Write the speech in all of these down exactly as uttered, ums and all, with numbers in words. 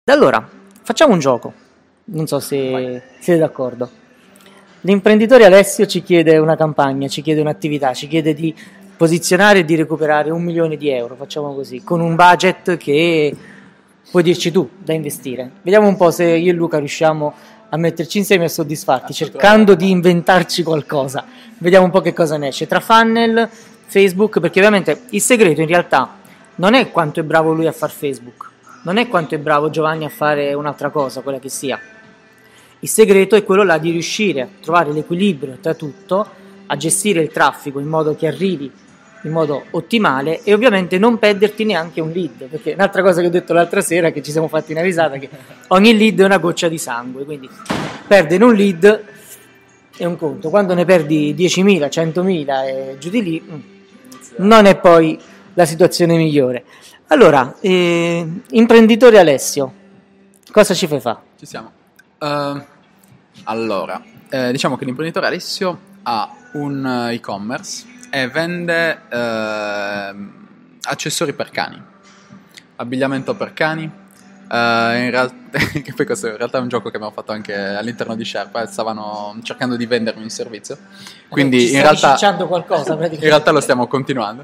Allora, facciamo un gioco, non so se siete d'accordo. L'imprenditore Alessio ci chiede una campagna, ci chiede un'attività, ci chiede di posizionare e di recuperare un milione di euro, facciamo così, con un budget che puoi dirci tu da investire. Vediamo un po' se io e Luca riusciamo a metterci insieme e a soddisfarti, cercando di inventarci qualcosa. Vediamo un po' che cosa ne esce tra funnel, Facebook, perché ovviamente il segreto in realtà non è quanto è bravo lui a fare Facebook, non è quanto è bravo Giovanni a fare un'altra cosa, quella che sia. Il segreto è quello là di riuscire a trovare l'equilibrio tra tutto, a gestire il traffico in modo che arrivi in modo ottimale e ovviamente non perderti neanche un lead, perché un'altra cosa che ho detto l'altra sera, che ci siamo fatti una risata, che ogni lead è una goccia di sangue, quindi perdere un lead è un conto, quando ne perdi diecimila, centomila e giù di lì non è poi la situazione migliore. Allora, eh, imprenditore Alessio, cosa ci fai fare? Ci siamo. Uh, allora, eh, diciamo che l'imprenditore Alessio ha un uh, e-commerce e vende uh, accessori per cani, abbigliamento per cani. Uh, in, realtà, che poi questo in realtà è un gioco che abbiamo fatto anche all'interno di Sherpa, stavano cercando di vendermi un servizio, quindi Ci in realtà, qualcosa, in realtà lo stiamo continuando.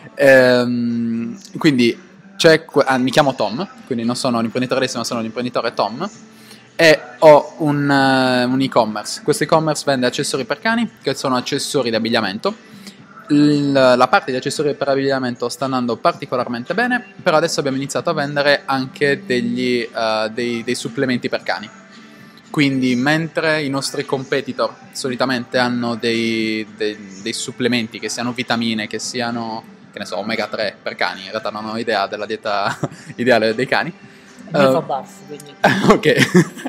Um, quindi c'è, ah, mi chiamo Tom, quindi non sono l'imprenditore Alessio ma sono l'imprenditore Tom. E ho un, uh, un e-commerce. Questo e-commerce vende accessori per cani, che sono accessori di abbigliamento. Il, la parte di accessori per abbigliamento sta andando particolarmente bene, però adesso abbiamo iniziato a vendere anche degli, uh, dei, dei supplementi per cani. Quindi mentre i nostri competitor solitamente hanno dei, dei, dei supplementi, che siano vitamine, che siano, che ne so, omega tre per cani, in realtà non ho idea della dieta ideale dei cani. Mi uh, fa basso, quindi. Ok.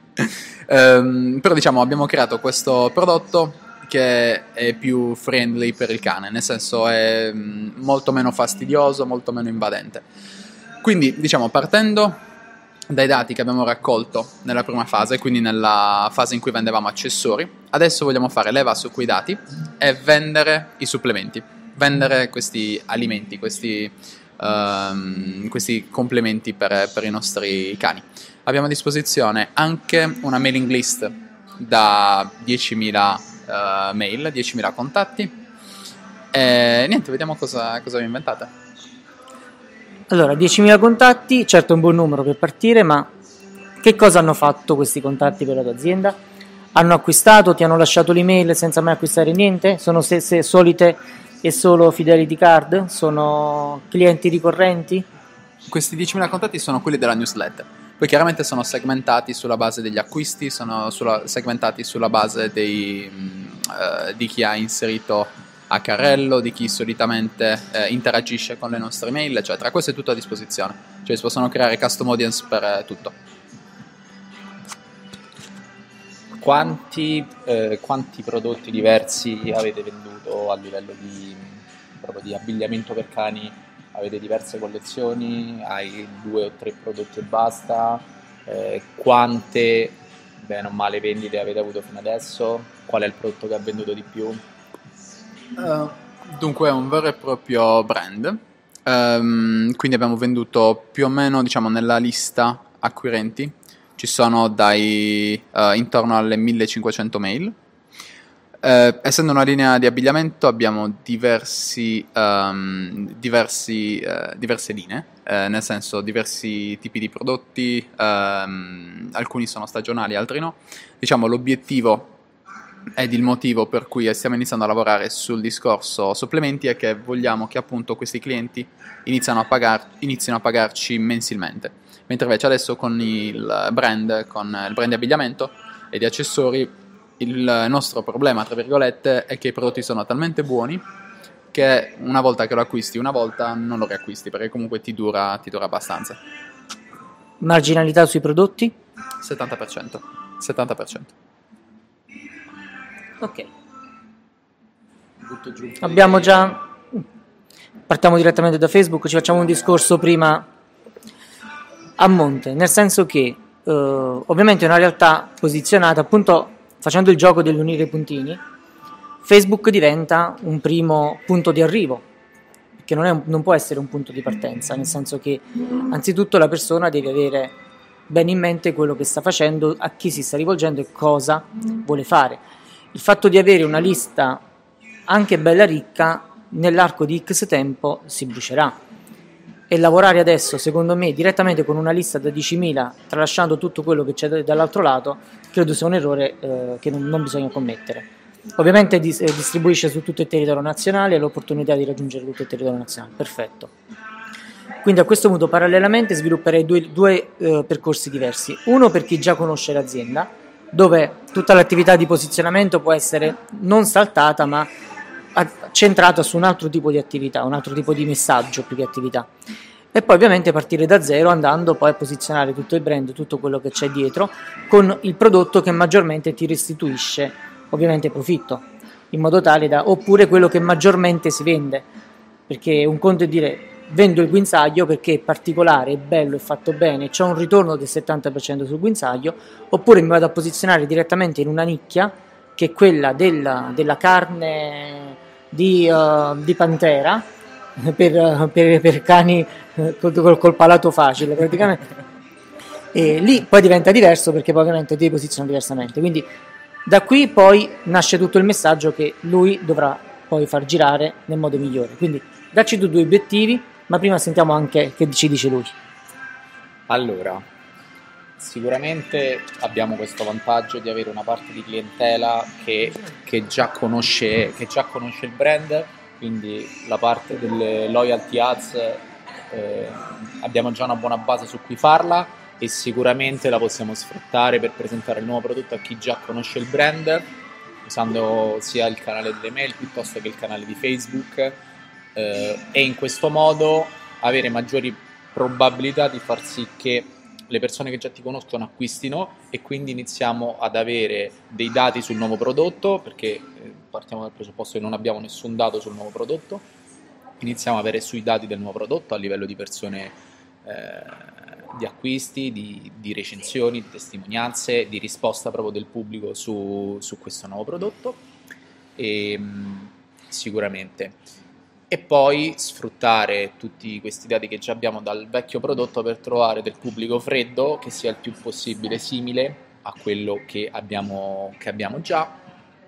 um, però diciamo abbiamo creato questo prodotto che è più friendly per il cane, nel senso è um, molto meno fastidioso, molto meno invadente. Quindi diciamo partendo dai dati che abbiamo raccolto nella prima fase, quindi nella fase in cui vendevamo accessori, adesso vogliamo fare leva su quei dati e vendere i supplementi, vendere questi alimenti, questi Uh, questi complementi per, per i nostri cani. Abbiamo a disposizione anche una mailing list da diecimila uh, mail, diecimila contatti e niente, vediamo cosa, cosa vi inventate. Allora, diecimila contatti, certo è un buon numero per partire, ma che cosa hanno fatto questi contatti per la tua azienda? Hanno acquistato, ti hanno lasciato l'email senza mai acquistare niente? Sono stesse solite e solo fidelity card? Sono clienti ricorrenti? Questi diecimila contatti sono quelli della newsletter, poi chiaramente sono segmentati sulla base degli acquisti, sono sulla, segmentati sulla base dei, uh, di chi ha inserito a carrello, di chi solitamente uh, interagisce con le nostre mail, eccetera. Questo è tutto a disposizione, cioè si possono creare custom audience per uh, tutto. Quanti, eh, quanti prodotti diversi avete venduto a livello di, proprio di abbigliamento per cani? Avete diverse collezioni? Hai due o tre prodotti e basta? Eh, quante, bene o male, vendite avete avuto fino adesso? Qual è il prodotto che ha venduto di più? Uh, dunque è un vero e proprio brand, um, quindi abbiamo venduto più o meno, diciamo, nella lista acquirenti ci sono dai uh, intorno alle millecinquecento mail. Uh, essendo una linea di abbigliamento abbiamo diversi, um, diversi, uh, diverse linee, uh, nel senso diversi tipi di prodotti, um, alcuni sono stagionali, altri no. Diciamo l'obiettivo ed il motivo per cui stiamo iniziando a lavorare sul discorso supplementi è che vogliamo che appunto questi clienti iniziano a pagar, inizino a pagarci mensilmente, mentre invece adesso con il brand, con il brand di abbigliamento e di accessori, il nostro problema, tra virgolette, è che i prodotti sono talmente buoni che una volta che lo acquisti una volta non lo riacquisti, perché comunque ti dura, ti dura abbastanza. Marginalità sui prodotti? settanta per cento. settanta per cento. Ok. Abbiamo già... Partiamo direttamente da Facebook, ci facciamo un discorso prima a monte, nel senso che eh, ovviamente è una realtà posizionata, appunto facendo il gioco dell'unire i puntini, Facebook diventa un primo punto di arrivo, che non, è un, non può essere un punto di partenza, nel senso che anzitutto la persona deve avere bene in mente quello che sta facendo, a chi si sta rivolgendo e cosa vuole fare. Il fatto di avere una lista anche bella ricca nell'arco di X tempo si brucerà, e lavorare adesso secondo me direttamente con una lista da diecimila tralasciando tutto quello che c'è dall'altro lato credo sia un errore eh, che non, non bisogna commettere. Ovviamente dis- eh, distribuisce su tutto il territorio nazionale e l'opportunità di raggiungere tutto il territorio nazionale, perfetto. Quindi a questo punto parallelamente svilupperei due, due eh, percorsi diversi, uno per chi già conosce l'azienda, dove tutta l'attività di posizionamento può essere non saltata ma centrata su un altro tipo di attività, un altro tipo di messaggio più che attività, e poi ovviamente partire da zero andando poi a posizionare tutto il brand, tutto quello che c'è dietro con il prodotto che maggiormente ti restituisce ovviamente profitto, in modo tale da, oppure quello che maggiormente si vende, perché un conto è dire vendo il guinzaglio perché è particolare, è bello, è fatto bene, c'è un ritorno del settanta per cento sul guinzaglio, oppure mi vado a posizionare direttamente in una nicchia che è quella della, della carne di, uh, di pantera per, per, per cani col, col palato facile praticamente, e lì poi diventa diverso perché poi ovviamente ti posiziona diversamente, quindi da qui poi nasce tutto il messaggio che lui dovrà poi far girare nel modo migliore. Quindi dacci tu due obiettivi, ma prima sentiamo anche che ci dice lui. Allora, sicuramente abbiamo questo vantaggio di avere una parte di clientela che, che, già conosce, che già conosce il brand, quindi la parte delle loyalty ads eh, abbiamo già una buona base su cui farla, e sicuramente la possiamo sfruttare per presentare il nuovo prodotto a chi già conosce il brand, usando sia il canale delle mail piuttosto che il canale di Facebook, eh, e in questo modo avere maggiori probabilità di far sì che le persone che già ti conoscono acquistino, e quindi iniziamo ad avere dei dati sul nuovo prodotto, perché eh, partiamo dal presupposto che non abbiamo nessun dato sul nuovo prodotto, iniziamo ad avere sui dati del nuovo prodotto a livello di persone, eh, di acquisti, di, di recensioni, di testimonianze, di risposta proprio del pubblico su, su questo nuovo prodotto, e, mh, sicuramente. E poi sfruttare tutti questi dati che già abbiamo dal vecchio prodotto per trovare del pubblico freddo che sia il più possibile simile a quello che abbiamo, che abbiamo già,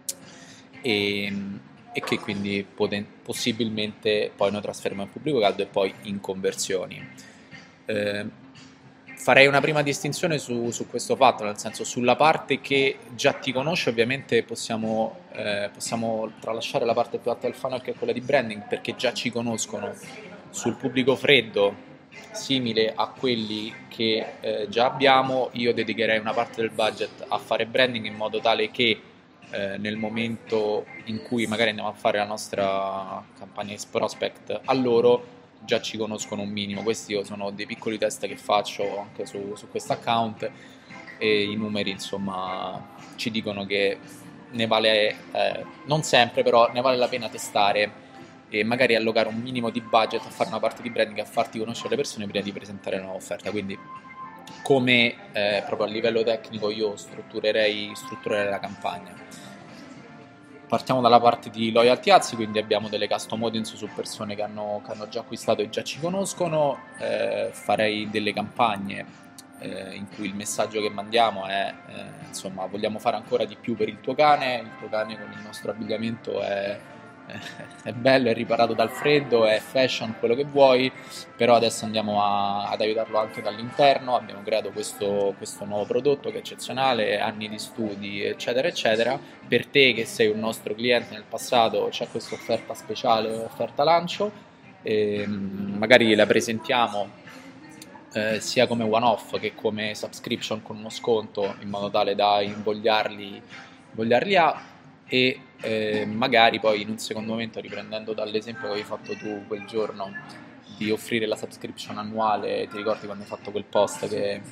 e, e che quindi poten- possibilmente poi noi trasferiamo in pubblico caldo e poi in conversioni. Eh, Farei una prima distinzione su, su questo fatto, nel senso, sulla parte che già ti conosce ovviamente possiamo, eh, possiamo tralasciare la parte più alta del funnel, che è quella di branding, perché già ci conoscono. Sul pubblico freddo, simile a quelli che eh, già abbiamo, io dedicherei una parte del budget a fare branding, in modo tale che eh, nel momento in cui magari andiamo a fare la nostra campagna di prospect a loro, già ci conoscono un minimo. Questi io sono dei piccoli test che faccio anche su, su questo account, e i numeri insomma ci dicono che ne vale, eh, non sempre, però ne vale la pena testare e magari allocare un minimo di budget a fare una parte di branding, a farti conoscere le persone prima di presentare la nuova offerta. Quindi come eh, proprio a livello tecnico io strutturerei, strutturerei la campagna. Partiamo dalla parte di loyalty ads, quindi abbiamo delle custom audience su persone che hanno, che hanno già acquistato e già ci conoscono. Eh, farei delle campagne eh, in cui il messaggio che mandiamo è eh, insomma, vogliamo fare ancora di più per il tuo cane, il tuo cane con il nostro abbigliamento è, è bello, è riparato dal freddo, è fashion, quello che vuoi, però adesso andiamo a, ad aiutarlo anche dall'interno. Abbiamo creato questo, questo nuovo prodotto che è eccezionale, anni di studi eccetera eccetera. Per te che sei un nostro cliente nel passato c'è questa offerta speciale, offerta lancio, e magari la presentiamo eh, sia come one off che come subscription con uno sconto, in modo tale da invogliarli, invogliarli a, e eh, magari poi in un secondo momento, riprendendo dall'esempio che avevi fatto tu quel giorno di offrire la subscription annuale, ti ricordi quando hai fatto quel post, che eh,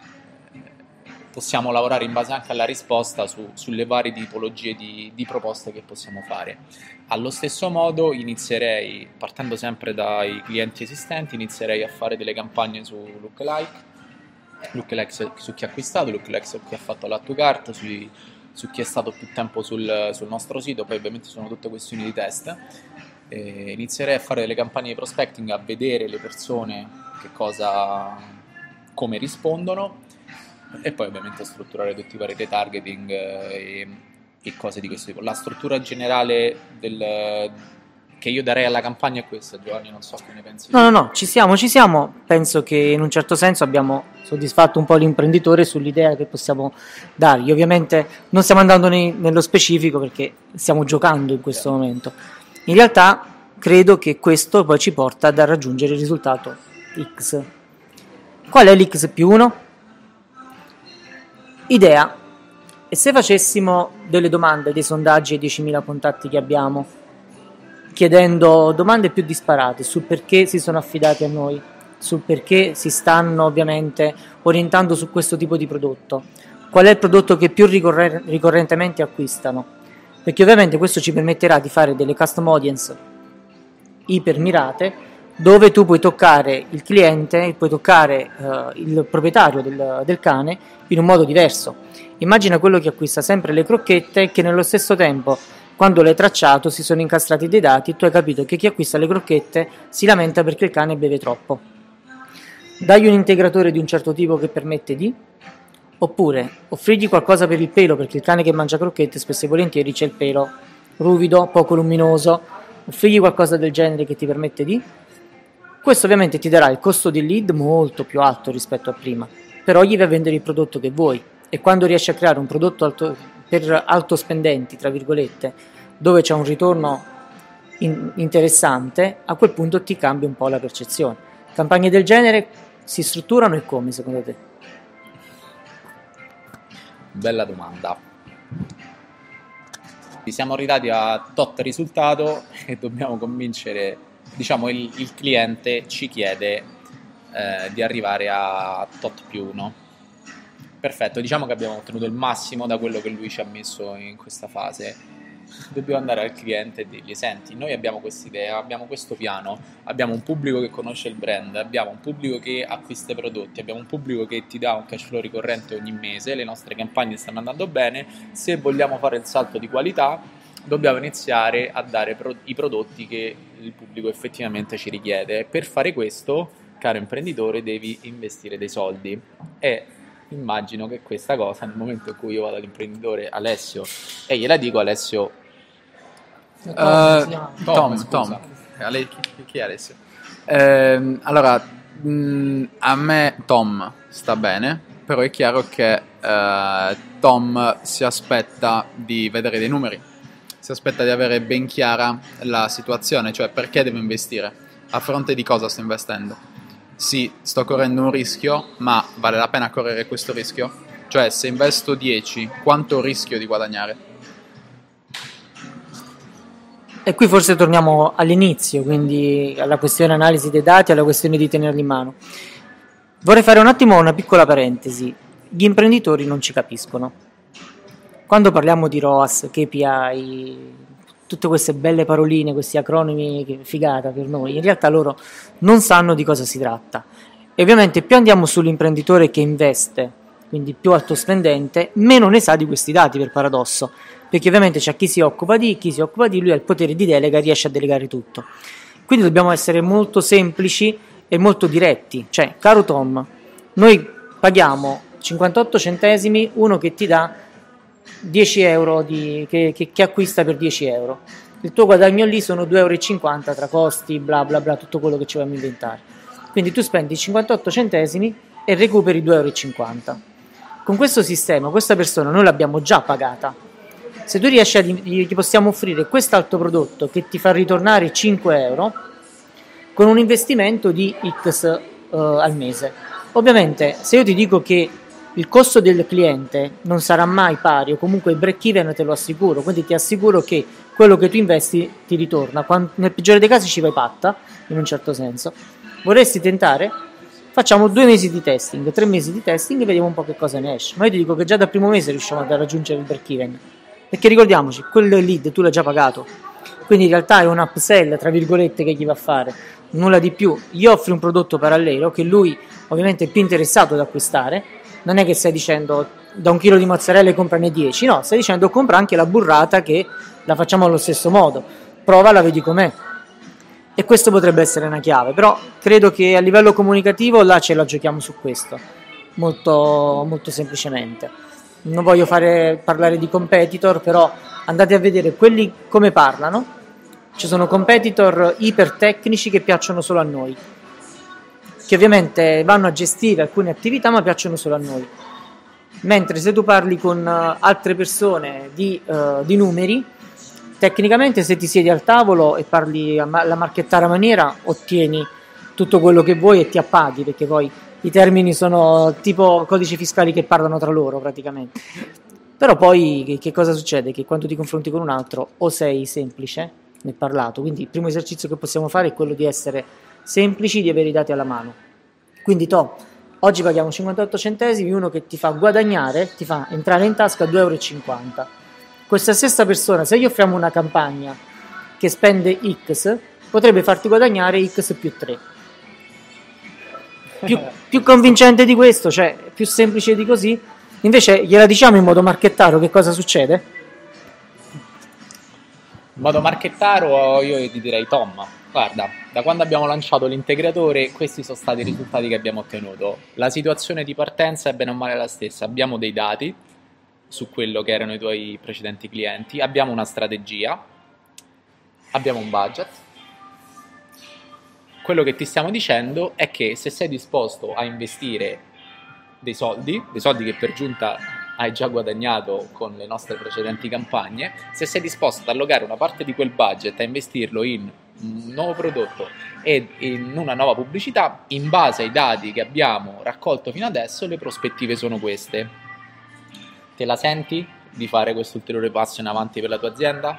possiamo lavorare in base anche alla risposta su, sulle varie tipologie di, di proposte che possiamo fare. Allo stesso modo inizierei, partendo sempre dai clienti esistenti, inizierei a fare delle campagne su lookalike, lookalike su, su chi ha acquistato, lookalike su chi ha fatto l'add to cart, sui su chi è stato più tempo sul, sul nostro sito. Poi ovviamente sono tutte questioni di test. E inizierei a fare delle campagne di prospecting, a vedere le persone che cosa, come rispondono, e poi ovviamente strutturare tutti i vari retargeting e, e cose di questo tipo. La struttura generale del, che io darei alla campagna è questa, Giovanni, non so che ne pensi. No, no, no, ci siamo, ci siamo. Penso che in un certo senso abbiamo soddisfatto un po' l'imprenditore sull'idea che possiamo dargli. Ovviamente non stiamo andando nei, nello specifico perché stiamo giocando in questo momento. In realtà credo che questo poi ci porta a raggiungere il risultato X. Qual è l'X più uno? Idea. E se facessimo delle domande, dei sondaggi ai diecimila contatti che abbiamo, chiedendo domande più disparate sul perché si sono affidati a noi, sul perché si stanno ovviamente orientando su questo tipo di prodotto, qual è il prodotto che più ricorre- ricorrentemente acquistano, perché ovviamente questo ci permetterà di fare delle custom audience ipermirate dove tu puoi toccare il cliente, puoi toccare uh, il proprietario del, del cane in un modo diverso. Immagina quello che acquista sempre le crocchette e che nello stesso tempo, quando l'hai tracciato, si sono incastrati dei dati e tu hai capito che chi acquista le crocchette si lamenta perché il cane beve troppo. Dagli un integratore di un certo tipo che permette di, oppure offrigli qualcosa per il pelo, perché il cane che mangia crocchette spesso e volentieri c'è il pelo ruvido, poco luminoso, offrigli qualcosa del genere che ti permette di. Questo ovviamente ti darà il costo del lead molto più alto rispetto a prima, però gli vai a vendere il prodotto che vuoi, e quando riesci a creare un prodotto alto, per alto spendenti, tra virgolette, dove c'è un ritorno in, interessante, a quel punto ti cambia un po' la percezione. Campagne del genere si strutturano e come, secondo te? Bella domanda. Ci siamo arrivati a tot risultato e dobbiamo convincere, diciamo, il, il cliente ci chiede eh, di arrivare a tot più uno. Perfetto, diciamo che abbiamo ottenuto il massimo da quello che lui ci ha messo in questa fase. Dobbiamo andare al cliente e dirgli: senti, noi abbiamo questa idea, abbiamo questo piano, abbiamo un pubblico che conosce il brand, abbiamo un pubblico che acquista i prodotti, abbiamo un pubblico che ti dà un cash flow ricorrente ogni mese, le nostre campagne stanno andando bene. Se vogliamo fare il salto di qualità, dobbiamo iniziare a dare pro- i prodotti che il pubblico effettivamente ci richiede. Per fare questo, caro imprenditore, devi investire dei soldi. E immagino che questa cosa, nel momento in cui io vado all'imprenditore Alessio e gliela dico: Alessio, Uh, Tom, Tom, Tom. scusa. Ale- chi, chi è Alessio? Ehm, allora, mh, a me Tom sta bene, però è chiaro che eh, Tom si aspetta di vedere dei numeri, si aspetta di avere ben chiara la situazione, cioè perché devo investire, a fronte di cosa sto investendo. Sì, sto correndo un rischio, ma vale la pena correre questo rischio? Cioè, se investo dieci, quanto rischio di guadagnare? E qui forse torniamo all'inizio, quindi alla questione analisi dei dati, alla questione di tenerli in mano. Vorrei fare un attimo una piccola parentesi. Gli imprenditori non ci capiscono. Quando parliamo di R O A S, K P I, tutte queste belle paroline, questi acronimi, che figata per noi, in realtà loro non sanno di cosa si tratta. E ovviamente più andiamo sull'imprenditore che investe, quindi più alto spendente, meno ne sa di questi dati, per paradosso, perché ovviamente c'è chi si occupa di, chi si occupa di, lui ha il potere di delega e riesce a delegare tutto. Quindi dobbiamo essere molto semplici e molto diretti, cioè, caro Tom, noi paghiamo cinquantotto centesimi uno che ti dà dieci euro, di, che, che, che acquista per dieci euro. Il tuo guadagno lì sono due euro e cinquanta tra costi, bla bla bla, tutto quello che ci vogliamo inventare. Quindi tu spendi cinquantotto centesimi e recuperi due euro e cinquanta. Con questo sistema, questa persona noi l'abbiamo già pagata. Se tu riesci a, gli possiamo offrire quest'altro prodotto che ti fa ritornare cinque euro con un investimento di X uh, al mese. Ovviamente, se io ti dico che il costo del cliente non sarà mai pari, o comunque il break even te lo assicuro, quindi ti assicuro che quello che tu investi ti ritorna. Quando, nel peggiore dei casi ci vai patta, in un certo senso. Vorresti tentare? Facciamo due mesi di testing, tre mesi di testing e vediamo un po' che cosa ne esce. Ma io ti dico che già dal primo mese riusciamo a raggiungere il break even. Perché ricordiamoci, quel lead tu l'hai già pagato, quindi in realtà è un upsell, tra virgolette, che gli va a fare, nulla di più. Gli offri un prodotto parallelo che lui ovviamente è più interessato ad acquistare. Non è che stai dicendo da un chilo di mozzarella comprane dieci, no, stai dicendo compra anche la burrata che la facciamo allo stesso modo, provala, vedi com'è. E questo potrebbe essere una chiave, però credo che a livello comunicativo là ce la giochiamo su questo. molto, molto semplicemente. Non voglio fare parlare di competitor, però andate a vedere quelli come parlano. Ci sono competitor ipertecnici che piacciono solo a noi, che ovviamente vanno a gestire alcune attività ma piacciono solo a noi. Mentre se tu parli con altre persone di, uh, di numeri, tecnicamente se ti siedi al tavolo e parli alla marchettara maniera, ottieni tutto quello che vuoi e ti appaghi, perché poi i termini sono tipo codici fiscali che parlano tra loro praticamente. Però poi che, che cosa succede? Che quando ti confronti con un altro o sei semplice nel parlato, quindi il primo esercizio che possiamo fare è quello di essere semplici, di avere i dati alla mano. Quindi to, oggi paghiamo cinquantotto centesimi, uno che ti fa guadagnare, ti fa entrare in tasca due euro e cinquanta. Questa stessa persona, se gli offriamo una campagna che spende X, potrebbe farti guadagnare X più tre. Più, più convincente di questo, cioè più semplice di così. Invece gliela diciamo in modo marchettaro che cosa succede? In modo marchettaro io ti direi Tom, guarda, da quando abbiamo lanciato l'integratore questi sono stati i risultati che abbiamo ottenuto. La situazione di partenza è bene o male la stessa, abbiamo dei dati su quello che erano i tuoi precedenti clienti, abbiamo una strategia, abbiamo un budget. Quello che ti stiamo dicendo è che se sei disposto a investire dei soldi, dei soldi che per giunta hai già guadagnato con le nostre precedenti campagne, se sei disposto ad allocare una parte di quel budget a investirlo in un nuovo prodotto e in una nuova pubblicità, in base ai dati che abbiamo raccolto fino adesso, le prospettive sono queste. Te la senti di fare questo ulteriore passo in avanti per la tua azienda?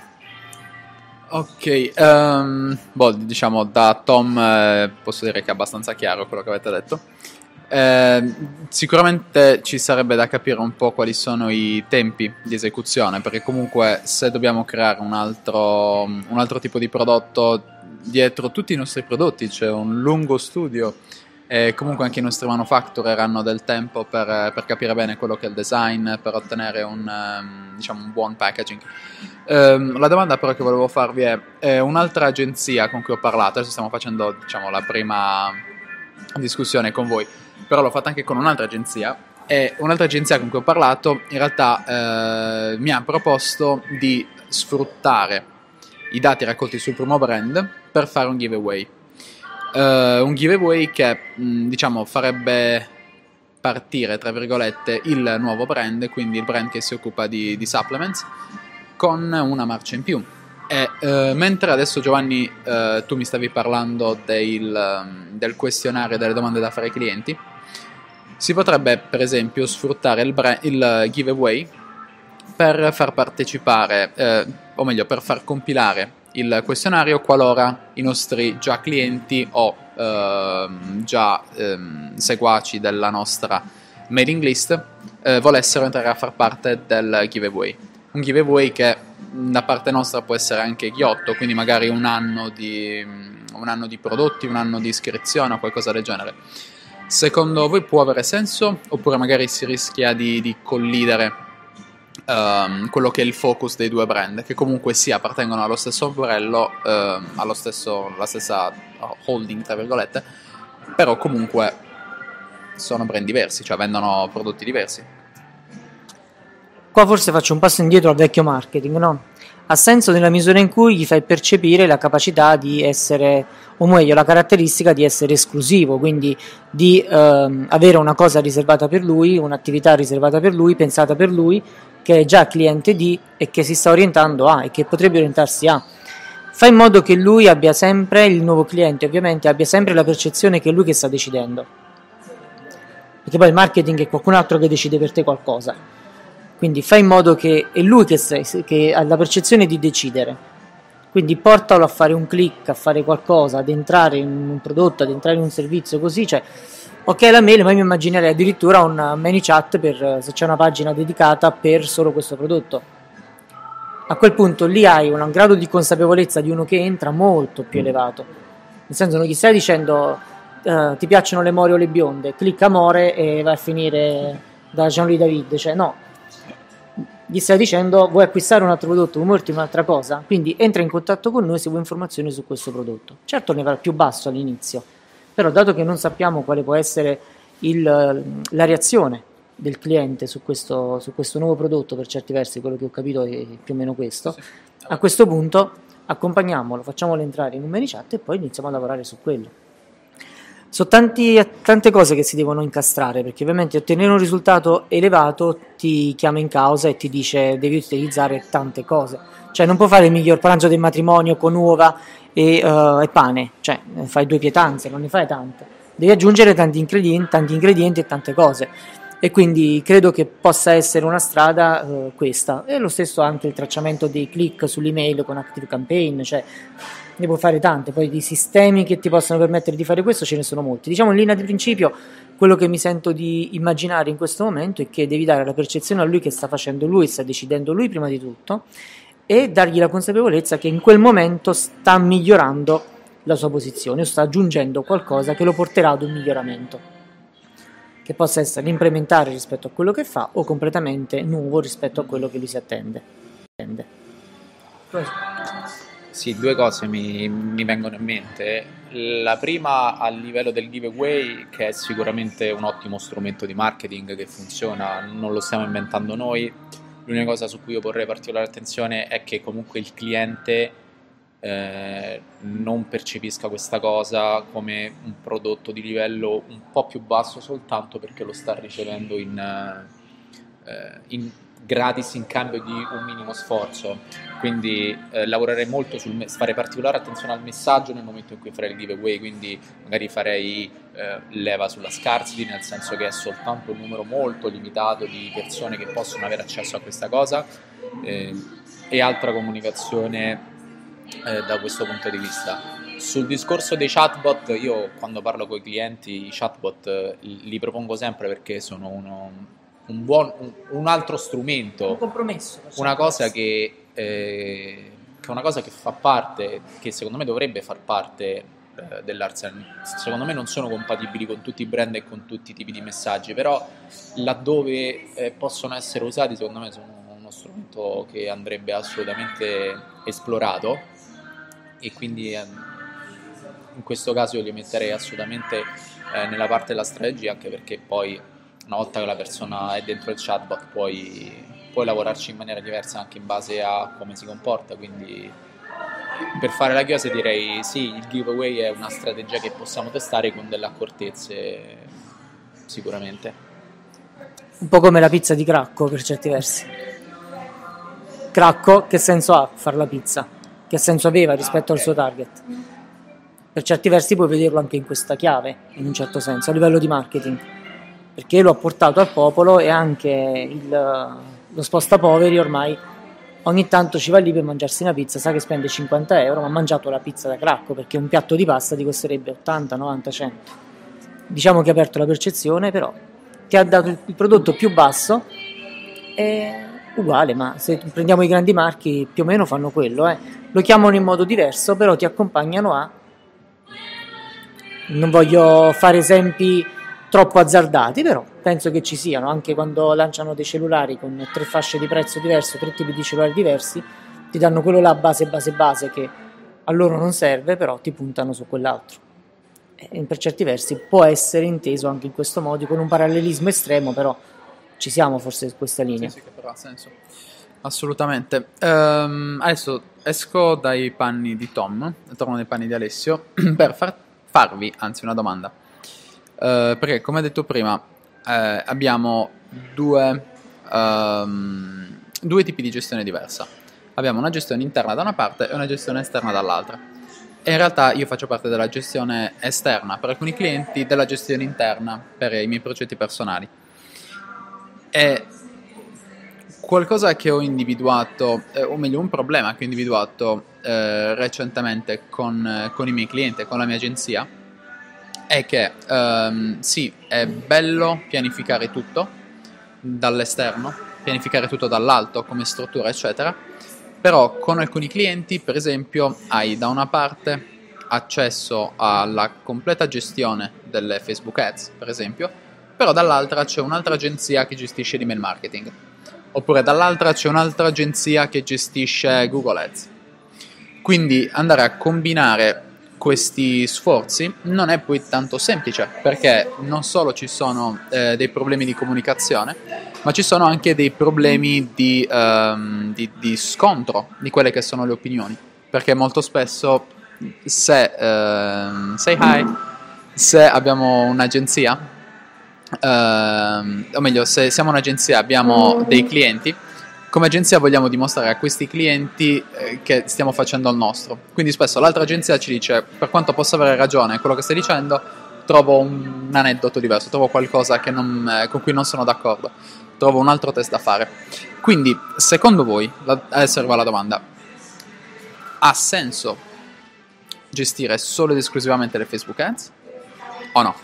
Ok, um, boh, diciamo da Tom eh, posso dire che è abbastanza chiaro quello che avete detto. Eh, sicuramente ci sarebbe da capire un po' quali sono i tempi di esecuzione, perché comunque se dobbiamo creare un altro, un altro tipo di prodotto, dietro tutti i nostri prodotti c'è un lungo studio e comunque anche i nostri manufacturer hanno del tempo per, per capire bene quello che è il design, per ottenere un, um, diciamo, un buon packaging. Um, la domanda però che volevo farvi è, è un'altra agenzia con cui ho parlato, adesso stiamo facendo, diciamo, la prima discussione con voi, però l'ho fatta anche con un'altra agenzia, e un'altra agenzia con cui ho parlato in realtà eh, mi ha proposto di sfruttare i dati raccolti sul primo brand per fare un giveaway. Uh, un giveaway che mh, diciamo farebbe partire tra virgolette il nuovo brand, quindi il brand che si occupa di, di supplements, con una marcia in più. E uh, mentre adesso Giovanni uh, tu mi stavi parlando del, um, del questionario, delle domande da fare ai clienti, si potrebbe per esempio sfruttare il, brand, il giveaway per far partecipare eh, o meglio per far compilare il questionario qualora i nostri già clienti o ehm, già ehm, seguaci della nostra mailing list eh, volessero entrare a far parte del giveaway. Un giveaway che da parte nostra può essere anche ghiotto, quindi magari un anno di, un anno di prodotti, un anno di iscrizione o qualcosa del genere. Secondo voi può avere senso, oppure magari si rischia di, di collidere Um, quello che è il focus dei due brand, che comunque sì appartengono allo stesso ombrello, um, allo stesso, la stessa holding tra virgolette, però comunque sono brand diversi, cioè vendono prodotti diversi. Qua forse faccio un passo indietro al vecchio marketing, no? Ha senso nella misura in cui gli fai percepire la capacità di essere, o meglio la caratteristica di essere esclusivo, quindi di ehm, avere una cosa riservata per lui, un'attività riservata per lui, pensata per lui, che è già cliente di e che si sta orientando a e che potrebbe orientarsi a. Fai in modo che lui abbia sempre, il nuovo cliente ovviamente, abbia sempre la percezione che è lui che sta decidendo. Perché poi il marketing è qualcun altro che decide per te qualcosa. Quindi fai in modo che è lui che, sei, che ha la percezione di decidere. Quindi portalo a fare un click, a fare qualcosa, ad entrare in un prodotto, ad entrare in un servizio così, cioè ok la mail, ma io mi immaginerei addirittura un ManyChat per se c'è una pagina dedicata per solo questo prodotto. A quel punto lì hai un grado di consapevolezza di uno che entra molto più elevato. Nel senso non gli stai dicendo uh, ti piacciono le more o le bionde, clicca amore e vai a finire da Jean-Louis David, cioè no. Gli stai dicendo vuoi acquistare un altro prodotto, vuoi muoverti un'altra cosa, quindi entra in contatto con noi se vuoi informazioni su questo prodotto. Certo ne va più basso all'inizio, però dato che non sappiamo quale può essere il, la reazione del cliente su questo, su questo nuovo prodotto, per certi versi quello che ho capito è più o meno questo, sì. A questo punto accompagniamolo, facciamolo entrare in un ManyChat e poi iniziamo a lavorare su quello. Sono tanti, tante cose che si devono incastrare, perché ovviamente ottenere un risultato elevato ti chiama in causa e ti dice devi utilizzare tante cose, cioè non puoi fare il miglior pranzo del matrimonio con uova e, uh, e pane, cioè fai due pietanze, non ne fai tante, devi aggiungere tanti ingredienti, tanti ingredienti e tante cose, e quindi credo che possa essere una strada uh, questa, e lo stesso anche il tracciamento dei click sull'email con ActiveCampaign, cioè ne puoi fare tante, poi di sistemi che ti possono permettere di fare questo ce ne sono molti. Diciamo in linea di principio quello che mi sento di immaginare in questo momento è che devi dare la percezione a lui che sta facendo lui, sta decidendo lui prima di tutto, e dargli la consapevolezza che in quel momento sta migliorando la sua posizione, o sta aggiungendo qualcosa che lo porterà ad un miglioramento, che possa essere implementare rispetto a quello che fa o completamente nuovo rispetto a quello che lui si attende. Sì, due cose mi, mi vengono in mente. La prima a livello del giveaway, che è sicuramente un ottimo strumento di marketing che funziona, non lo stiamo inventando noi. L'unica cosa su cui io porrei particolare attenzione è che comunque il cliente eh, non percepisca questa cosa come un prodotto di livello un po' più basso soltanto perché lo sta ricevendo in, eh, in gratis in cambio di un minimo sforzo. Quindi eh, lavorerei molto sul me- fare particolare attenzione al messaggio nel momento in cui farei il giveaway, quindi magari farei eh, leva sulla scarcity, nel senso che è soltanto un numero molto limitato di persone che possono avere accesso a questa cosa, eh, e altra comunicazione eh, da questo punto di vista. Sul discorso dei chatbot, io quando parlo con i clienti i chatbot eh, li propongo sempre perché sono uno, un, buon, un, un altro strumento, un compromesso, una cosa che Eh, che è una cosa che fa parte, che secondo me dovrebbe far parte eh, dell'Arsenal. Secondo me non sono compatibili con tutti i brand e con tutti i tipi di messaggi, però laddove eh, possono essere usati secondo me sono uno strumento che andrebbe assolutamente esplorato, e quindi eh, in questo caso io li metterei assolutamente eh, nella parte della strategia, anche perché poi una volta che la persona è dentro il chatbot poi puoi lavorarci in maniera diversa anche in base a come si comporta, quindi per fare la chiusa direi sì, il giveaway è una strategia che possiamo testare con delle accortezze sicuramente. Un po' come la pizza di Cracco per certi versi. Cracco che senso ha fare la pizza? Che senso aveva rispetto ah, okay. al suo target? Per certi versi puoi vederlo anche in questa chiave, in un certo senso, a livello di marketing, perché lo ha portato al popolo, e anche il lo spostapoveri ormai ogni tanto ci va lì per mangiarsi una pizza, sa che spende cinquanta euro, ma ha mangiato la pizza da Cracco, perché un piatto di pasta ti costerebbe ottanta, novanta, cento. Diciamo che ha aperto la percezione, però ti ha dato il prodotto più basso, è uguale, ma se prendiamo i grandi marchi più o meno fanno quello, eh. Lo chiamano in modo diverso, però ti accompagnano a... Non voglio fare esempi troppo azzardati, però penso che ci siano, anche quando lanciano dei cellulari con tre fasce di prezzo diverse, tre tipi di cellulari diversi, ti danno quello là base base base che a loro non serve, però ti puntano su quell'altro, e per certi versi può essere inteso anche in questo modo, con un parallelismo estremo, però ci siamo forse su questa linea. Sì, sì, che però ha senso, assolutamente. Um, adesso esco dai panni di Tom, torno nei panni di Alessio per far, farvi anzi una domanda. Uh, perché come detto prima eh, abbiamo due, um, due tipi di gestione diversa. Abbiamo una gestione interna da una parte e una gestione esterna dall'altra, e in realtà io faccio parte della gestione esterna per alcuni clienti, della gestione interna per i miei progetti personali. E qualcosa che ho individuato, eh, o meglio un problema che ho individuato eh, recentemente con, con i miei clienti e con la mia agenzia, è che um, sì, è bello pianificare tutto dall'esterno, pianificare tutto dall'alto come struttura eccetera, però con alcuni clienti per esempio hai da una parte accesso alla completa gestione delle Facebook Ads per esempio, però dall'altra c'è un'altra agenzia che gestisce l'email marketing, oppure dall'altra c'è un'altra agenzia che gestisce Google Ads. Quindi andare a combinare questi sforzi non è poi tanto semplice, perché non solo ci sono eh, dei problemi di comunicazione, ma ci sono anche dei problemi di, um, di, di scontro di quelle che sono le opinioni, perché molto spesso se uh, say hi, se abbiamo un'agenzia, uh, o meglio, se siamo un'agenzia e abbiamo dei clienti, come agenzia vogliamo dimostrare a questi clienti eh, che stiamo facendo il nostro. Quindi spesso l'altra agenzia ci dice, per quanto possa avere ragione quello che stai dicendo, trovo un, un aneddoto diverso, trovo qualcosa che non, eh, con cui non sono d'accordo, trovo un altro test da fare. Quindi, secondo voi, la, adesso arriva la domanda, ha senso gestire solo ed esclusivamente le Facebook Ads o no?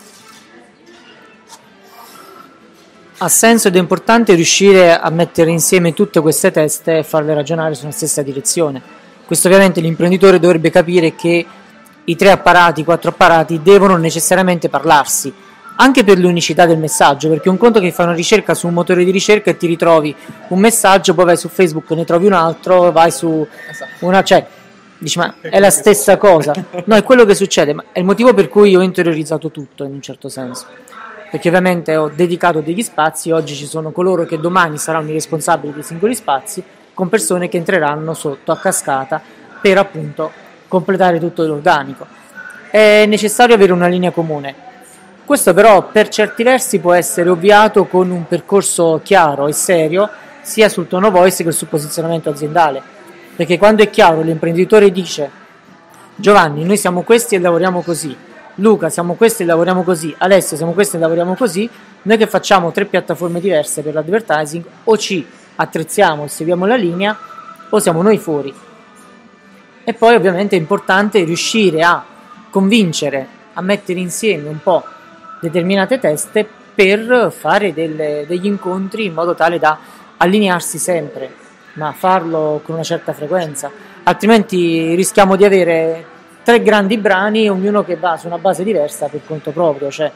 Ha senso ed è importante riuscire a mettere insieme tutte queste teste e farle ragionare su una stessa direzione. Questo ovviamente l'imprenditore dovrebbe capire che i tre apparati, i quattro apparati devono necessariamente parlarsi, anche per l'unicità del messaggio, perché un conto che fai una ricerca su un motore di ricerca e ti ritrovi un messaggio, poi vai su Facebook, ne trovi un altro, vai su una... cioè, dici ma è la stessa cosa. No, è quello che succede, ma è il motivo per cui io ho interiorizzato tutto in un certo senso. Perché ovviamente ho dedicato degli spazi, oggi ci sono coloro che domani saranno i responsabili dei singoli spazi, con persone che entreranno sotto a cascata per appunto completare tutto l'organico. È necessario avere una linea comune. Questo però per certi versi può essere ovviato con un percorso chiaro e serio, sia sul tono voice che sul posizionamento aziendale. Perché quando è chiaro, l'imprenditore dice Giovanni, noi siamo questi e lavoriamo così, Luca, siamo questi e lavoriamo così, Alessio, siamo questi e lavoriamo così, noi che facciamo tre piattaforme diverse per l'advertising, o ci attrezziamo e seguiamo la linea, o siamo noi fuori. E poi ovviamente è importante riuscire a convincere, a mettere insieme un po' determinate teste per fare delle, degli incontri in modo tale da allinearsi sempre, ma farlo con una certa frequenza, altrimenti rischiamo di avere tre grandi brani, ognuno che va su una base diversa per conto proprio, cioè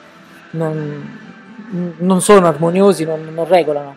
non, non sono armoniosi, non, non regolano.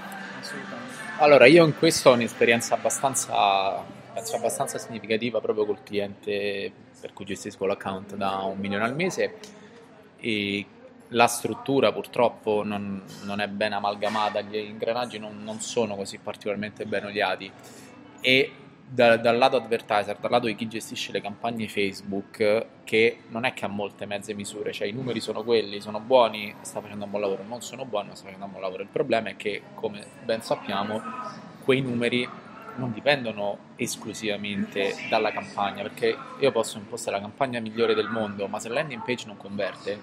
Allora, io in questo ho un'esperienza abbastanza, penso abbastanza significativa proprio col cliente per cui gestisco l'account da un milione al mese, e la struttura purtroppo non, non è ben amalgamata, gli ingranaggi non, non sono così particolarmente ben oliati, e da, dal lato advertiser, dal lato di chi gestisce le campagne Facebook, che non è che ha molte mezze misure, cioè i numeri sono quelli, sono buoni, sta facendo un buon lavoro, non sono buoni, non sta facendo un buon lavoro. Il problema è che, come ben sappiamo, quei numeri non dipendono esclusivamente dalla campagna, perché io posso impostare la campagna migliore del mondo, ma se la landing page non converte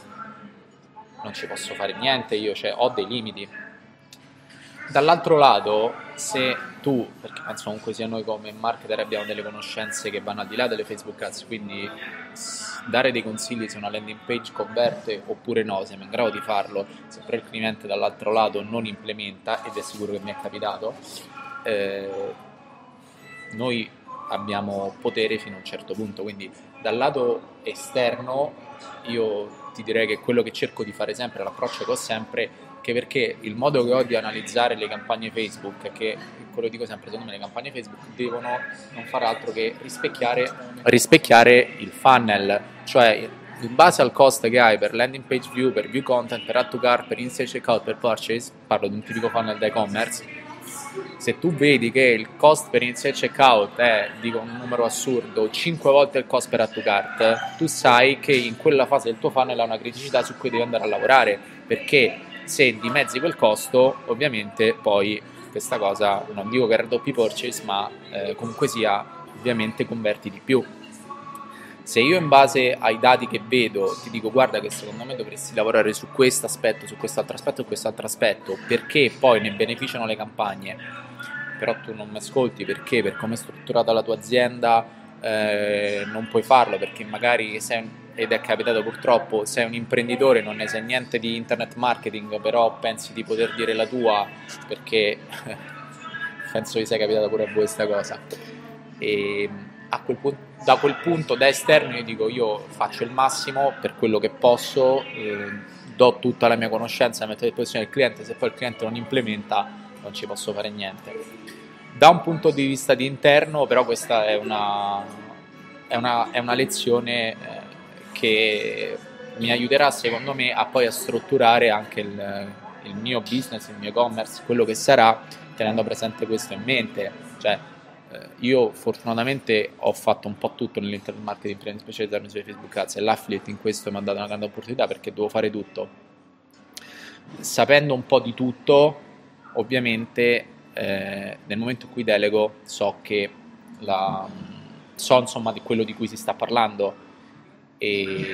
non ci posso fare niente io, cioè ho dei limiti. Dall'altro lato, se tu, perché penso comunque sia noi come marketer abbiamo delle conoscenze che vanno al di là delle Facebook Ads, quindi dare dei consigli se una landing page converte oppure no, siamo in grado di farlo, se però il cliente dall'altro lato non implementa, ed è sicuro che mi è capitato, eh, noi abbiamo potere fino a un certo punto. Quindi dal lato esterno io ti direi che quello che cerco di fare sempre, l'approccio che ho sempre, che perché il modo che ho di analizzare le campagne Facebook, che quello dico sempre, secondo me le campagne Facebook devono non fare altro che rispecchiare, rispecchiare il funnel, cioè in base al cost che hai per landing page view, per view content, per add to cart, per instant checkout, per purchase, parlo di un tipico funnel da e-commerce. Se tu vedi che il cost per iniziare il checkout è, dico un numero assurdo, cinque volte il cost per add to cart, tu sai che in quella fase del tuo funnel ha una criticità su cui devi andare a lavorare, perché se dimezzi quel costo, ovviamente poi questa cosa, non dico che raddoppi purchase, ma eh, comunque sia, ovviamente converti di più. Se io in base ai dati che vedo ti dico guarda che secondo me dovresti lavorare su questo aspetto, su quest'altro aspetto e quest'altro aspetto, perché poi ne beneficiano le campagne, però tu non mi ascolti perché per come è strutturata la tua azienda eh, non puoi farlo, perché magari sei un, ed è capitato purtroppo, sei un imprenditore, non ne sai niente di internet marketing, però pensi di poter dire la tua perché penso che sia capitata pure a voi questa cosa, e a quel punto, da quel punto da esterno io dico io faccio il massimo per quello che posso, eh, do tutta la mia conoscenza, metto a disposizione del cliente, se poi il cliente non implementa non ci posso fare niente. Da un punto di vista di interno però questa è una, è è una, è una lezione eh, che mi aiuterà secondo me a poi a strutturare anche il, il mio business, il mio e-commerce, quello che sarà, tenendo presente questo in mente. Cioè, eh, io fortunatamente ho fatto un po' tutto nell'internet marketing prima di specializzarmi sui Facebook Ads, e l'affiliate in questo mi ha dato una grande opportunità perché devo fare tutto. Sapendo un po' di tutto, ovviamente eh, nel momento in cui delego so che la, so insomma di quello di cui si sta parlando, e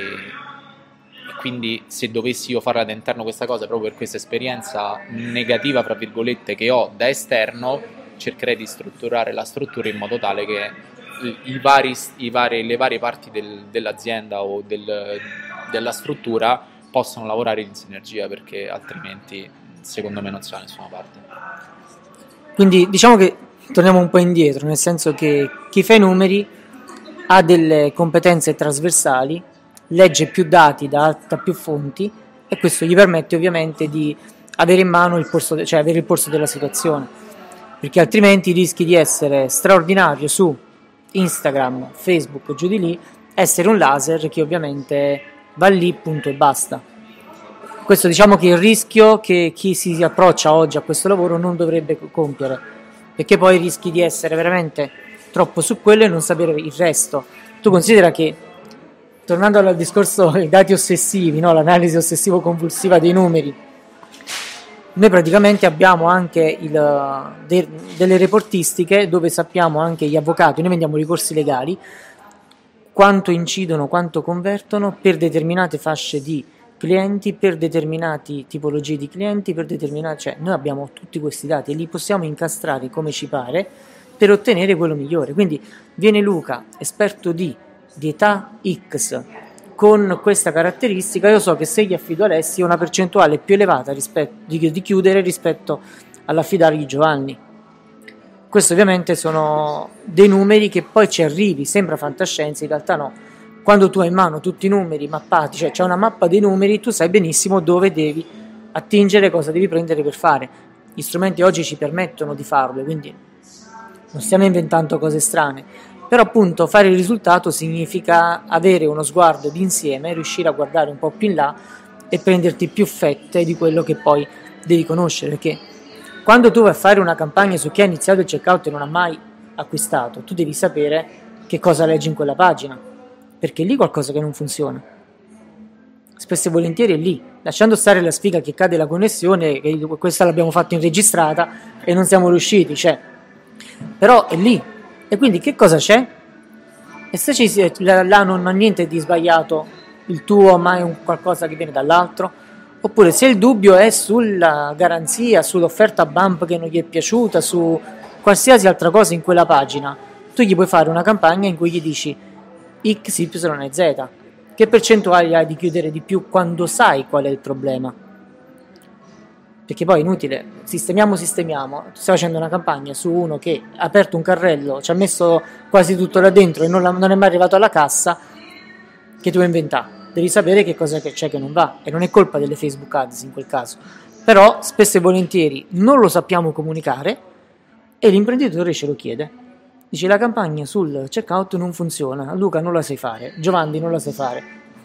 quindi se dovessi io fare all'interno questa cosa proprio per questa esperienza negativa fra virgolette che ho da esterno, cercherei di strutturare la struttura in modo tale che i vari, i vari, le varie parti del, dell'azienda o del, della struttura possano lavorare in sinergia, perché altrimenti secondo me non si va da nessuna parte. Quindi diciamo che torniamo un po' indietro, nel senso che chi fa i numeri ha delle competenze trasversali, legge più dati da, da più fonti, e questo gli permette ovviamente di avere in mano il polso, de- cioè avere il polso della situazione, perché altrimenti rischi di essere straordinario su Instagram, Facebook, giù di lì, essere un laser che ovviamente va lì, punto e basta. Questo diciamo che è il rischio che chi si approccia oggi a questo lavoro non dovrebbe compiere, perché poi rischi di essere veramente troppo su quello e non sapere il resto. Tu considera che, tornando al discorso dei dati ossessivi, no? L'analisi ossessivo-compulsiva dei numeri, noi praticamente abbiamo anche il, de, delle reportistiche dove sappiamo anche gli avvocati, noi vendiamo ricorsi legali, quanto incidono, quanto convertono per determinate fasce di clienti, per determinate tipologie di clienti, per determinati, cioè noi abbiamo tutti questi dati e li possiamo incastrare come ci pare per ottenere quello migliore. Quindi viene Luca, esperto di, di età X, con questa caratteristica, io so che se gli affido Alessio una percentuale più elevata rispetto, di, di chiudere rispetto all'affidargli Giovanni. Questo ovviamente sono dei numeri che poi ci arrivi, sembra fantascienza, in realtà no. Quando tu hai in mano tutti i numeri mappati, cioè c'è una mappa dei numeri, tu sai benissimo dove devi attingere, cosa devi prendere per fare. Gli strumenti oggi ci permettono di farlo, quindi non stiamo inventando cose strane, però appunto fare il risultato significa avere uno sguardo d'insieme, riuscire a guardare un po' più in là e prenderti più fette di quello che poi devi conoscere, perché quando tu vai a fare una campagna su chi ha iniziato il checkout e non ha mai acquistato, tu devi sapere che cosa leggi in quella pagina, perché è lì qualcosa che non funziona. Spesso e volentieri è lì, lasciando stare la sfiga che cade la connessione, che questa l'abbiamo fatto in registrata e non siamo riusciti, cioè, però è lì. E quindi che cosa c'è? E se ci, là non ha niente di sbagliato il tuo, ma è un qualcosa che viene dall'altro? Oppure se il dubbio è sulla garanzia, sull'offerta bump che non gli è piaciuta, su qualsiasi altra cosa in quella pagina, tu gli puoi fare una campagna in cui gli dici X, Y e Z. Che percentuali hai di chiudere di più quando sai qual è il problema? Perché poi è inutile, sistemiamo, sistemiamo. Tu stai facendo una campagna su uno che ha aperto un carrello, ci ha messo quasi tutto là dentro e non, la, non è mai arrivato alla cassa, che tu hai inventato. Devi sapere che cosa c'è che non va, e non è colpa delle Facebook Ads in quel caso. Però spesso e volentieri non lo sappiamo comunicare e l'imprenditore ce lo chiede. Dice: la campagna sul checkout non funziona, Luca non la sai fare, Giovanni non la sai fare.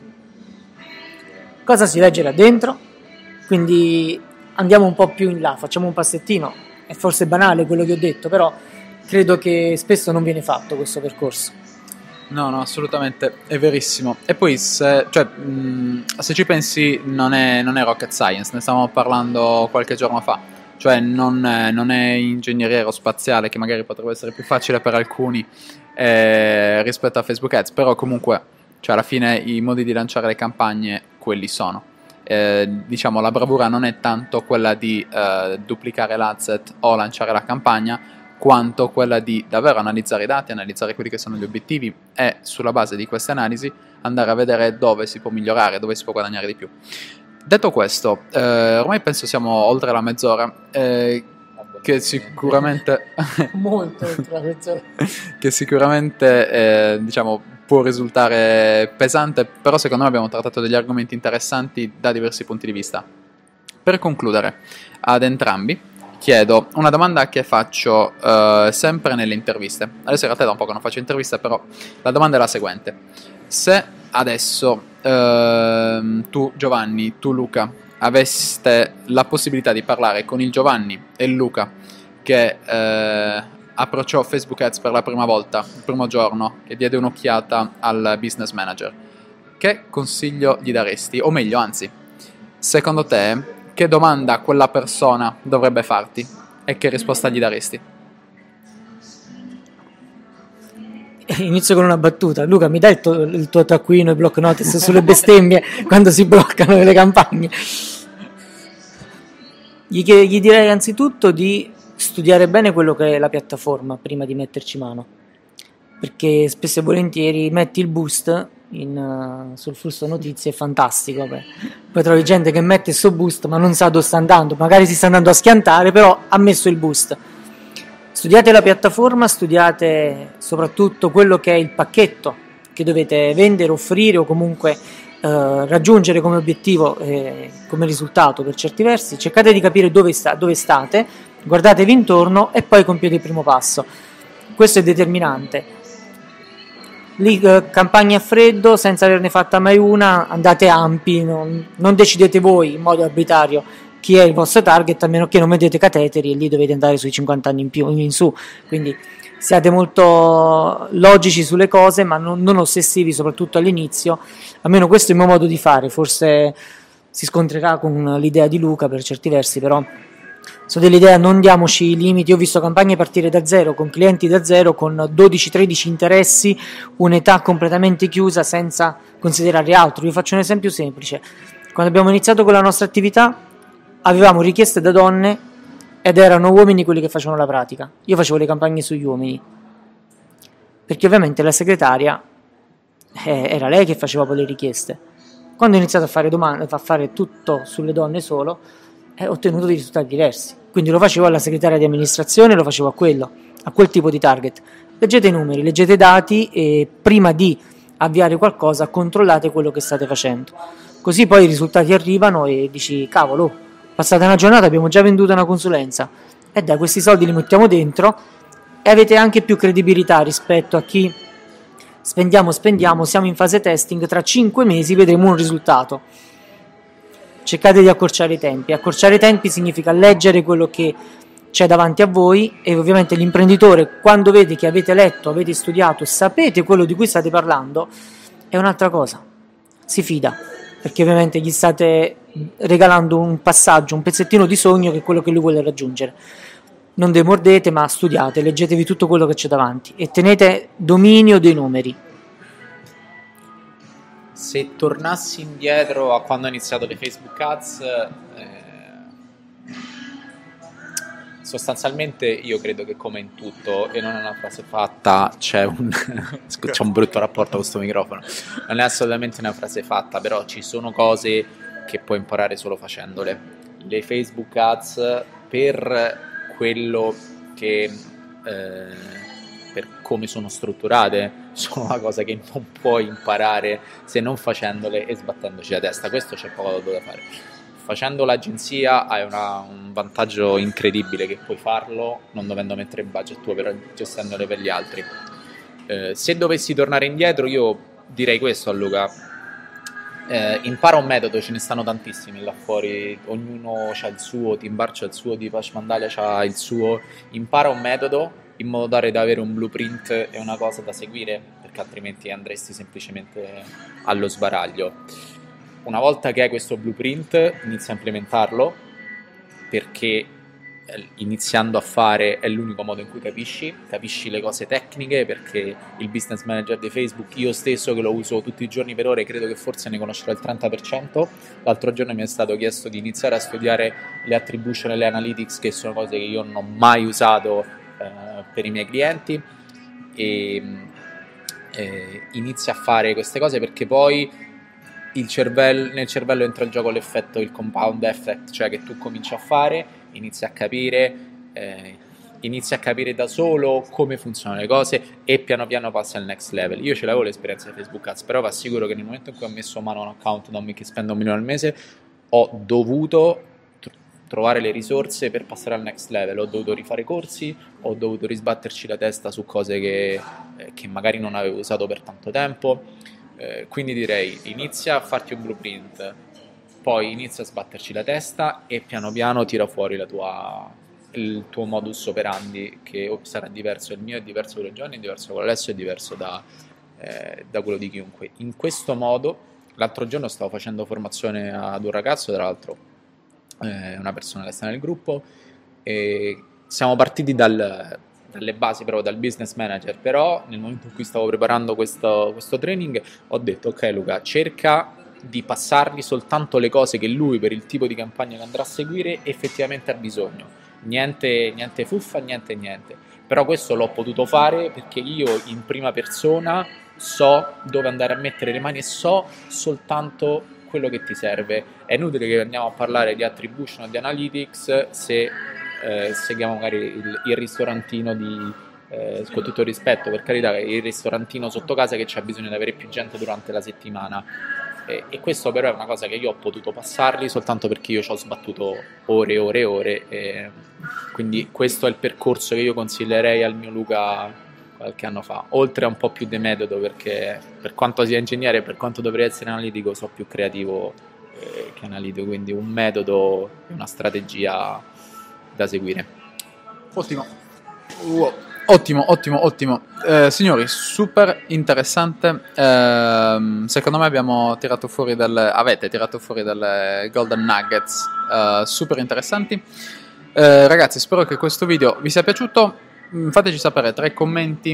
Cosa si legge là dentro? Quindi andiamo un po' più in là, facciamo un passettino. È forse banale quello che ho detto, però credo che spesso non viene fatto questo percorso. No, no, assolutamente, è verissimo. E poi se, cioè, mh, se ci pensi non è, non è rocket science, ne stavamo parlando qualche giorno fa. Cioè non è, non è ingegneria aerospaziale, che magari potrebbe essere più facile per alcuni eh, rispetto a Facebook Ads, però comunque, cioè alla fine i modi di lanciare le campagne quelli sono. Eh, diciamo la bravura non è tanto quella di eh, duplicare l'adset o lanciare la campagna, quanto quella di davvero analizzare i dati, analizzare quelli che sono gli obiettivi e sulla base di queste analisi andare a vedere dove si può migliorare, dove si può guadagnare di più. Detto questo, eh, ormai penso siamo oltre la mezz'ora, eh, che sicuramente molto oltre la mezz'ora, che sicuramente eh, diciamo può risultare pesante, però secondo me abbiamo trattato degli argomenti interessanti da diversi punti di vista. Per concludere, ad entrambi chiedo una domanda che faccio uh, sempre nelle interviste. Adesso in realtà da un po' che non faccio interviste, però la domanda è la seguente. Se adesso uh, tu Giovanni, tu Luca, aveste la possibilità di parlare con il Giovanni e il Luca che uh, approcciò Facebook Ads per la prima volta, il primo giorno, e diede un'occhiata al business manager, che consiglio gli daresti? O meglio, anzi, secondo te, che domanda quella persona dovrebbe farti e che risposta gli daresti? Inizio con una battuta. Luca, mi dai il tuo, il tuo taccuino e block notice sulle bestemmie quando si bloccano le campagne? Gli, gli direi anzitutto di studiare bene quello che è la piattaforma prima di metterci mano, perché spesso e volentieri metti il boost in, uh, sul flusso notizie, è fantastico. Beh. Poi trovi gente che mette sto boost ma non sa dove sta andando, magari si sta andando a schiantare, però ha messo il boost. Studiate la piattaforma, studiate soprattutto quello che è il pacchetto che dovete vendere, offrire o comunque uh, raggiungere come obiettivo, eh, come risultato per certi versi. Cercate di capire dove, sta, dove state, guardatevi intorno e poi compiete il primo passo. Questo è determinante. Lì eh, campagna a freddo, senza averne fatta mai una, andate ampi, non, non decidete voi in modo arbitrario chi è il vostro target, a meno che non mettete cateteri e lì dovete andare sui cinquanta anni in più, in su, quindi siate molto logici sulle cose, ma non, non ossessivi, soprattutto all'inizio. Almeno questo è il mio modo di fare, forse si scontrerà con l'idea di Luca per certi versi, però sono dell'idea, non diamoci i limiti. Io ho visto campagne partire da zero, con clienti da zero, con dodici tredici interessi, un'età completamente chiusa senza considerare altro. Vi faccio un esempio semplice. Quando abbiamo iniziato con la nostra attività avevamo richieste da donne ed erano uomini quelli che facevano la pratica. Io facevo le campagne sugli uomini, perché ovviamente la segretaria eh, era lei che faceva poi le richieste. Quando ho iniziato a fare, domande, a fare tutto sulle donne solo, ho ottenuto dei risultati diversi, quindi lo facevo alla segretaria di amministrazione, lo facevo a quello, a quel tipo di target. Leggete i numeri, leggete i dati e prima di avviare qualcosa controllate quello che state facendo, così poi i risultati arrivano e dici cavolo, passata una giornata abbiamo già venduto una consulenza e dai, questi soldi li mettiamo dentro e avete anche più credibilità rispetto a chi spendiamo spendiamo, siamo in fase testing, tra cinque mesi vedremo un risultato. Cercate di accorciare i tempi. Accorciare i tempi significa leggere quello che c'è davanti a voi e ovviamente l'imprenditore, quando vede che avete letto, avete studiato e sapete quello di cui state parlando, è un'altra cosa. Si fida, perché ovviamente gli state regalando un passaggio, un pezzettino di sogno che è quello che lui vuole raggiungere. Non demordete, ma studiate, leggetevi tutto quello che c'è davanti e tenete dominio dei numeri. Se tornassi indietro a quando ho iniziato le Facebook Ads, eh, sostanzialmente io credo che come in tutto, e non è una frase fatta, c'è un, c'è un brutto rapporto con questo microfono, non è assolutamente una frase fatta, però ci sono cose che puoi imparare solo facendole. Le Facebook Ads, per quello che... Eh, per come sono strutturate, sono una cosa che non puoi imparare se non facendole e sbattendoci la testa. Questo c'è poco da fare. Facendo l'agenzia hai una, un vantaggio incredibile, che puoi farlo non dovendo mettere il budget tuo, però gestendole per gli altri. Eh, se dovessi tornare indietro io direi questo a Luca: eh, impara un metodo, ce ne stanno tantissimi là fuori, ognuno ha il suo, Timbar c'ha il suo, Dipash Mandalia c'ha il suo. Impara un metodo in modo tale da avere un blueprint e una cosa da seguire, perché altrimenti andresti semplicemente allo sbaraglio. Una volta che hai questo blueprint inizia a implementarlo, perché iniziando a fare è l'unico modo in cui capisci capisci le cose tecniche, perché il business manager di Facebook, io stesso che lo uso tutti i giorni per ore, credo che forse ne conoscerò il trenta per cento. L'altro giorno mi è stato chiesto di iniziare a studiare le attribution e le analytics, che sono cose che io non ho mai usato Uh, per i miei clienti, e eh, inizia a fare queste cose perché poi il cervello, nel cervello entra in gioco l'effetto, il compound effect, cioè che tu cominci a fare, inizi a capire eh, inizi a capire da solo come funzionano le cose e piano piano passi al next level. Io ce l'avevo l'esperienza di Facebook Ads, però vi assicuro che nel momento in cui ho messo mano a un account da un che spendo un milione al mese ho dovuto trovare le risorse per passare al next level. Ho dovuto rifare corsi, ho dovuto risbatterci la testa su cose che, eh, che magari non avevo usato per tanto tempo, eh, quindi direi inizia a farti un blueprint, poi inizia a sbatterci la testa e piano piano tira fuori la tua, il tuo modus operandi, che sarà diverso. Il mio è diverso da Giovanni, è diverso da Alessio, è diverso da, eh, da quello di chiunque. In questo modo, l'altro giorno stavo facendo formazione ad un ragazzo, tra l'altro eh, una persona che sta nel gruppo, e siamo partiti dal, dalle basi, proprio dal business manager, però nel momento in cui stavo preparando questo, questo training ho detto ok Luca, cerca di passargli soltanto le cose che lui, per il tipo di campagna che andrà a seguire, effettivamente ha bisogno. Niente, niente fuffa, niente niente. Però questo l'ho potuto fare perché io in prima persona so dove andare a mettere le mani e so soltanto quello che ti serve. È inutile che andiamo a parlare di attribution o di analytics se eh, seguiamo magari il, il ristorantino di, eh, con tutto il rispetto, per carità, il ristorantino sotto casa che c'ha bisogno di avere più gente durante la settimana. E, e questo però è una cosa che io ho potuto passarli soltanto perché io ci ho sbattuto ore e ore e ore, e quindi questo è il percorso che io consiglierei al mio Luca qualche anno fa, oltre a un po' più di metodo, perché per quanto sia ingegnere, per quanto dovrei essere analitico, so più creativo eh, che analitico, quindi un metodo e una strategia da seguire. Ottimo. Wow. Ottimo, ottimo, ottimo. Eh, signori, super interessante. Eh, secondo me abbiamo tirato fuori delle, avete tirato fuori delle golden nuggets eh, super interessanti. Eh, ragazzi, spero che questo video vi sia piaciuto. Fateci sapere tra i commenti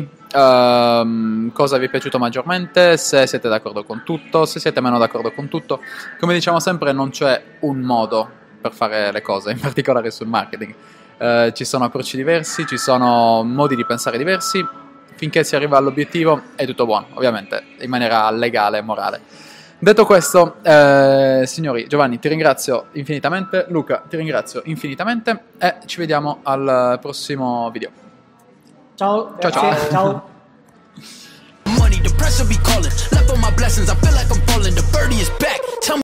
uh, cosa vi è piaciuto maggiormente, se siete d'accordo con tutto, se siete meno d'accordo con tutto. Come diciamo sempre, non c'è un modo per fare le cose, in particolare sul marketing. Uh, ci sono approcci diversi, ci sono modi di pensare diversi. Finché si arriva all'obiettivo è tutto buono, ovviamente in maniera legale e morale. Detto questo, eh, signori, Giovanni, ti ringrazio infinitamente, Luca, ti ringrazio infinitamente e ci vediamo al prossimo video. Ciao, ciao, ciao. Ciao. Money, the pressure be calling. Left on my blessings, I feel like I'm